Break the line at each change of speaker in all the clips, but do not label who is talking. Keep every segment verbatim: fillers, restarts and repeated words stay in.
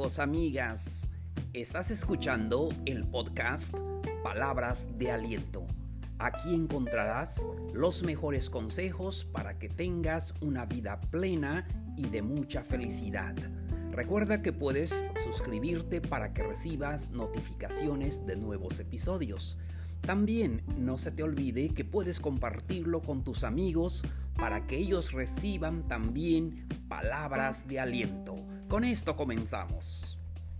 amigos, amigas, estás escuchando el podcast Palabras de Aliento. Aquí encontrarás los mejores consejos para que tengas una vida plena y de mucha felicidad. Recuerda que puedes suscribirte para que recibas notificaciones de nuevos episodios. También no se te olvide que puedes compartirlo con tus amigos para que ellos reciban también palabras de aliento. Con esto comenzamos.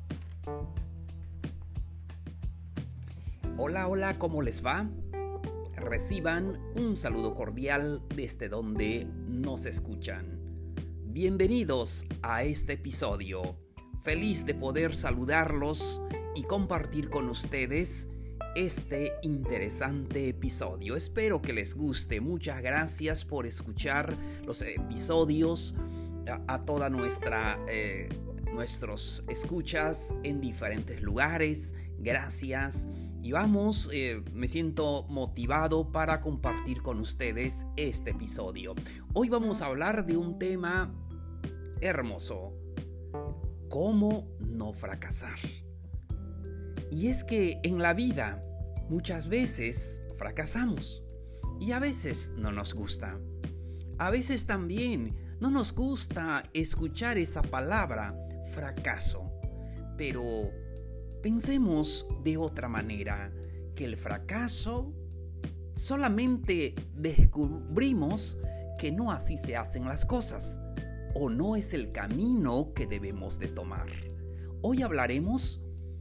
Hola, hola, ¿cómo les va? Reciban un saludo cordial desde donde nos escuchan. Bienvenidos a este episodio. Feliz de poder saludarlos y compartir con ustedes este interesante episodio. Espero que les guste. Muchas gracias por escuchar los episodios, a, a toda nuestra eh, nuestros escuchas en diferentes lugares. Gracias. Y vamos, eh, me siento motivado para compartir con ustedes este episodio. Hoy vamos a hablar de un tema hermoso: ¿cómo no fracasar? Y es que en la vida muchas veces fracasamos y a veces no nos gusta. A veces también no nos gusta escuchar esa palabra, fracaso. Pero pensemos de otra manera, que el fracaso solamente descubrimos que no así se hacen las cosas o no es el camino que debemos de tomar. Hoy hablaremos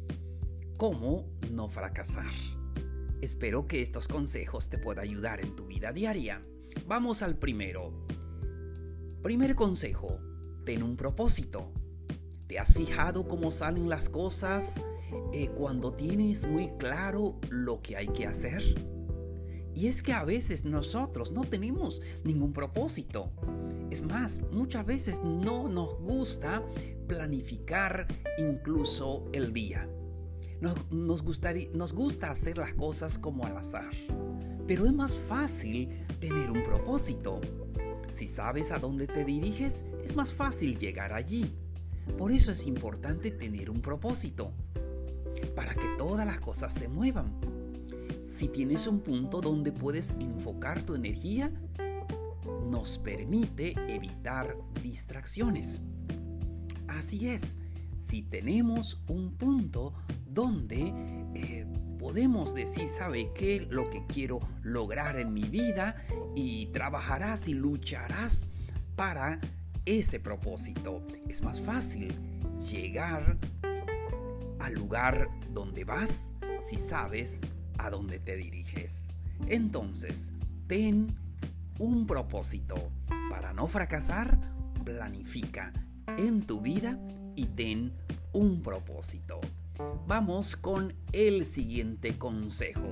cómo no fracasar. Espero que estos consejos te puedan ayudar en tu vida diaria. Vamos al primero. Primer consejo: ten un propósito. ¿Te has fijado cómo salen las cosas eh, cuando tienes muy claro lo que hay que hacer? Y es que a veces nosotros no tenemos ningún propósito. Es más, muchas veces no nos gusta planificar incluso el día. Nos, nos, gustaría, nos gusta hacer las cosas como al azar. Pero es más fácil tener un propósito. Si sabes a dónde te diriges, es más fácil llegar allí. Por eso es importante tener un propósito, para que todas las cosas se muevan. Si tienes un punto donde puedes enfocar tu energía, nos permite evitar distracciones. Así es, si tenemos un punto donde eh, podemos decir, ¿sabe qué? Lo que quiero lograr en mi vida, y trabajarás y lucharás para ese propósito. Es más fácil llegar al lugar donde vas si sabes a dónde te diriges. Entonces, ten un propósito. Para no fracasar, planifica en tu vida y ten un propósito. Vamos con el siguiente consejo.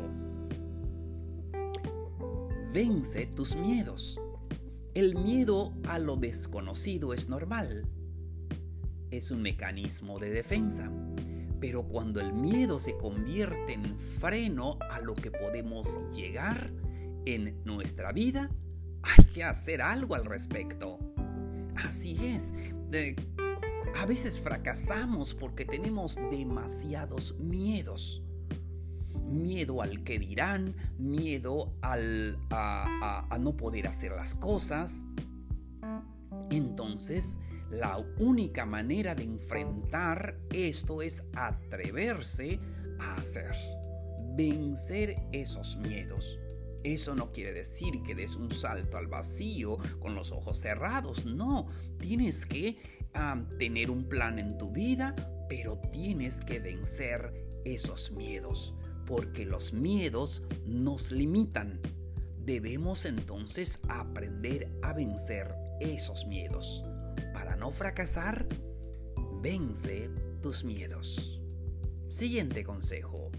Vence tus miedos. El miedo a lo desconocido es normal. Es un mecanismo de defensa. Pero cuando el miedo se convierte en freno a lo que podemos llegar en nuestra vida, hay que hacer algo al respecto. Así es. Eh, A veces fracasamos porque tenemos demasiados miedos. Miedo al que dirán, miedo al, a, a, a no poder hacer las cosas. Entonces, la única manera de enfrentar esto es atreverse a hacer, vencer esos miedos. Eso no quiere decir que des un salto al vacío con los ojos cerrados. No, tienes que um, tener un plan en tu vida, pero tienes que vencer esos miedos, porque los miedos nos limitan. Debemos entonces aprender a vencer esos miedos. Para no fracasar, vence tus miedos. Siguiente consejo.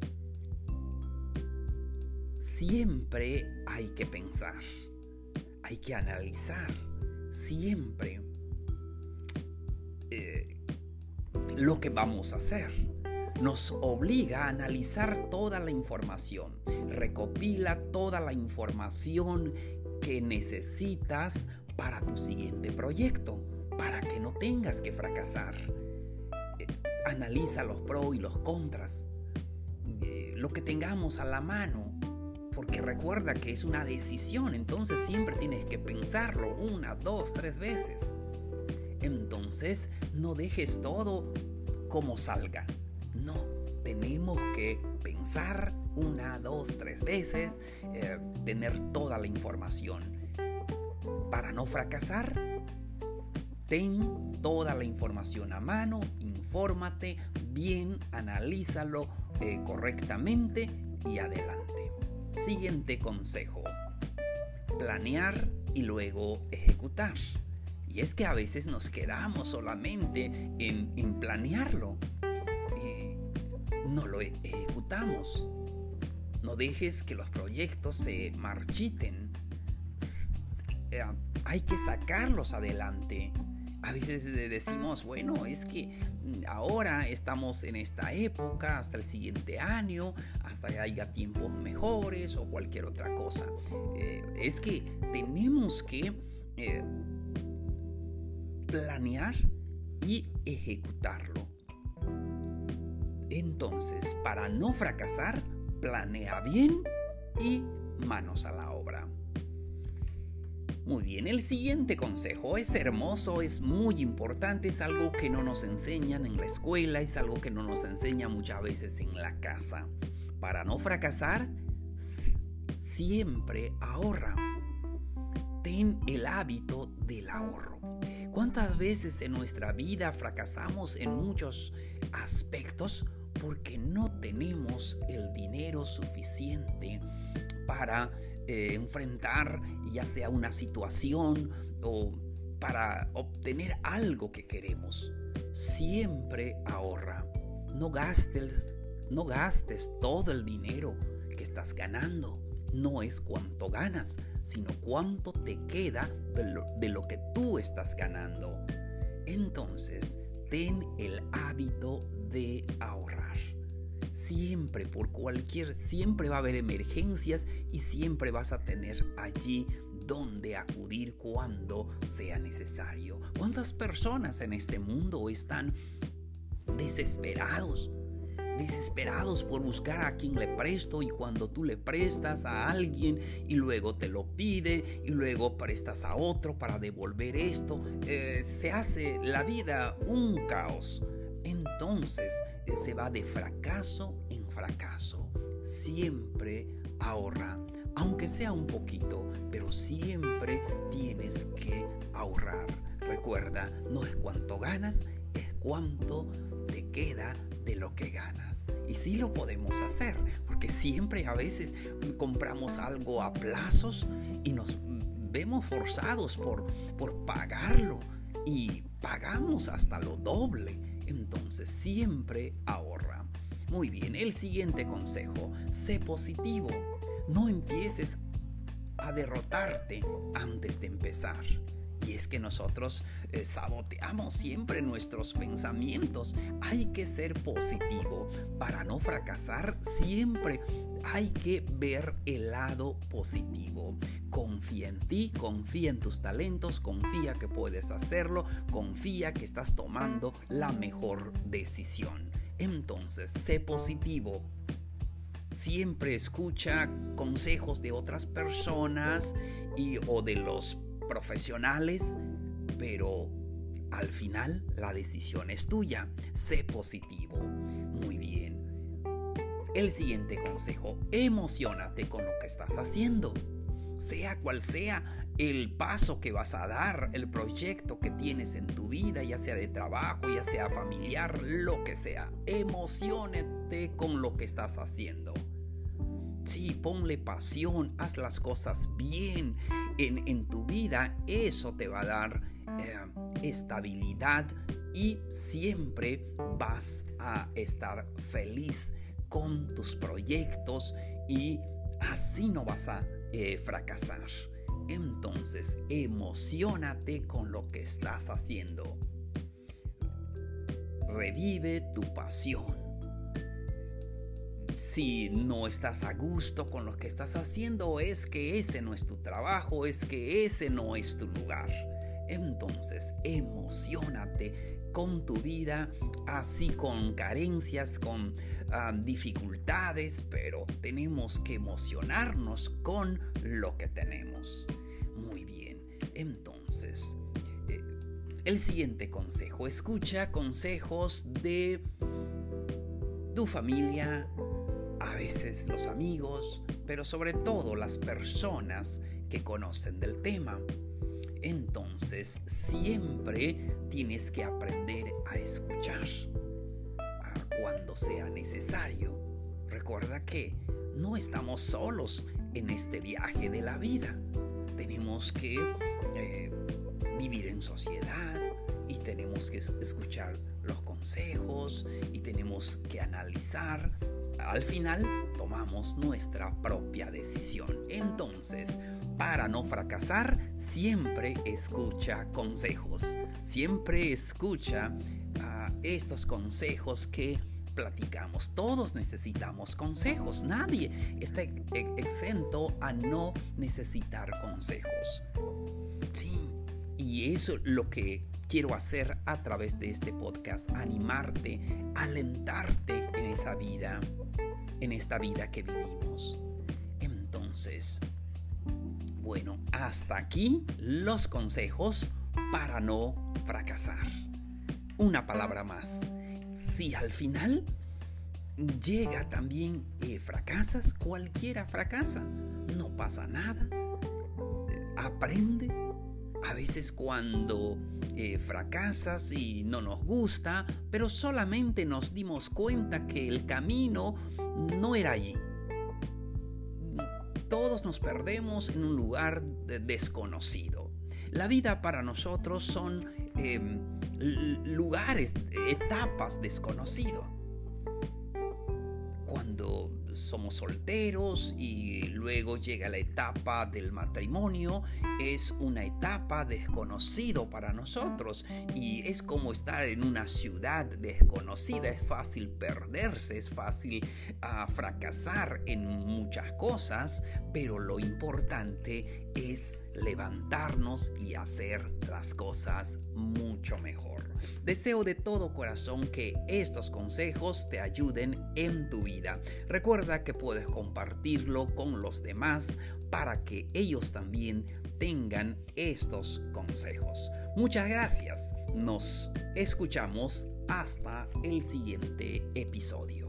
Siempre hay que pensar, hay que analizar siempre eh, lo que vamos a hacer. Nos obliga a analizar toda la información. Recopila toda la información que necesitas para tu siguiente proyecto, para que no tengas que fracasar. analiza los pros y los contras, eh, lo que tengamos a la mano, porque recuerda que es una decisión, entonces siempre tienes que pensarlo una, dos, tres veces. Entonces no dejes todo como salga, no, tenemos que pensar una, dos, tres veces, eh, tener toda la información. Para no fracasar, ten toda la información a mano, infórmate bien, analízalo eh, correctamente y adelante. Siguiente consejo: planear y luego ejecutar. Y es que a veces nos quedamos solamente en, en planearlo y no lo ejecutamos. No dejes que los proyectos se marchiten. Eh, hay que sacarlos adelante. A veces decimos, bueno, es que ahora estamos en esta época, hasta el siguiente año, hasta que haya tiempos mejores o cualquier otra cosa. Eh, es que tenemos que eh, planear y ejecutarlo. Entonces, para no fracasar, planea bien y manos a la obra. Muy bien, el siguiente consejo es hermoso, es muy importante, es algo que no nos enseñan en la escuela, es algo que no nos enseñan muchas veces en la casa. Para no fracasar, siempre ahorra. Ten el hábito del ahorro. ¿Cuántas veces en nuestra vida fracasamos en muchos aspectos porque no tenemos el dinero suficiente para eh, enfrentar ya sea una situación o para obtener algo que queremos? Siempre ahorra. No gastes, no gastes todo el dinero que estás ganando. No es cuánto ganas, sino cuánto te queda de lo, de lo que tú estás ganando. Entonces, ten el hábito de ahorrar. Siempre, por cualquier, siempre va a haber emergencias y siempre vas a tener allí donde acudir cuando sea necesario. ¿Cuántas personas en este mundo están desesperados? Desesperados por buscar a quien le presto, y cuando tú le prestas a alguien y luego te lo pide y luego prestas a otro para devolver esto, eh, se hace la vida un caos. Entonces eh, se va de fracaso en fracaso. Siempre ahorra, aunque sea un poquito, pero siempre tienes que ahorrar. Recuerda, no es cuánto ganas, es cuánto te queda de lo que ganas. Y sí lo podemos hacer, porque siempre a veces compramos algo a plazos y nos vemos forzados por, por pagarlo, y pagamos hasta lo doble. Entonces siempre ahorra. Muy bien, el siguiente consejo: sé positivo. No empieces a derrotarte antes de empezar. Y es que nosotros eh, saboteamos siempre nuestros pensamientos. Hay que ser positivo. Para no fracasar, siempre hay que ver el lado positivo. Confía en ti, confía en tus talentos, confía que puedes hacerlo, confía que estás tomando la mejor decisión. Entonces, sé positivo. Siempre escucha consejos de otras personas y, o de los profesionales, pero al final la decisión es tuya. Sé positivo. Muy bien. El siguiente consejo: emociónate con lo que estás haciendo. Sea cual sea el paso que vas a dar, el proyecto que tienes en tu vida, ya sea de trabajo, ya sea familiar, lo que sea, emociónate con lo que estás haciendo. Sí, ponle pasión, haz las cosas bien en, en tu vida. Eso te va a dar eh, estabilidad y siempre vas a estar feliz con tus proyectos, y así no vas a eh, fracasar. Entonces, emociónate con lo que estás haciendo. Revive tu pasión. Si no estás a gusto con lo que estás haciendo, es que ese no es tu trabajo, es que ese no es tu lugar. Entonces, emociónate con tu vida, así con carencias, con uh, dificultades, pero tenemos que emocionarnos con lo que tenemos. Muy bien, entonces, eh, el siguiente consejo: escucha consejos de tu familia, a veces los amigos, pero sobre todo las personas que conocen del tema. Entonces, siempre tienes que aprender a escuchar cuando sea necesario. Recuerda que no estamos solos en este viaje de la vida. Tenemos que eh, vivir en sociedad y tenemos que escuchar los consejos y tenemos que analizar. Al final, tomamos nuestra propia decisión. Entonces, para no fracasar, siempre escucha consejos. Siempre escucha uh, estos consejos que platicamos. Todos necesitamos consejos. Nadie está exento a no necesitar consejos. Sí, y eso es lo que quiero hacer a través de este podcast. Animarte, alentarte en esa vida, en esta vida que vivimos. Entonces, bueno, hasta aquí los consejos para no fracasar. Una palabra más. Si al final llega también eh, fracasas, cualquiera fracasa, no pasa nada. Aprende. A veces cuando eh, fracasas y no nos gusta, pero solamente nos dimos cuenta que el camino no era allí. Todos nos perdemos en un lugar de desconocido. La vida para nosotros son eh, lugares, etapas desconocidos. Cuando somos solteros y luego llega la etapa del matrimonio, es una etapa desconocida para nosotros y es como estar en una ciudad desconocida. Es fácil perderse, es fácil uh, fracasar en muchas cosas, pero lo importante es levantarnos y hacer las cosas mucho mejor. Deseo de todo corazón que estos consejos te ayuden en tu vida. Recuerda que puedes compartirlo con los demás para que ellos también tengan estos consejos. Muchas gracias. Nos escuchamos hasta el siguiente episodio.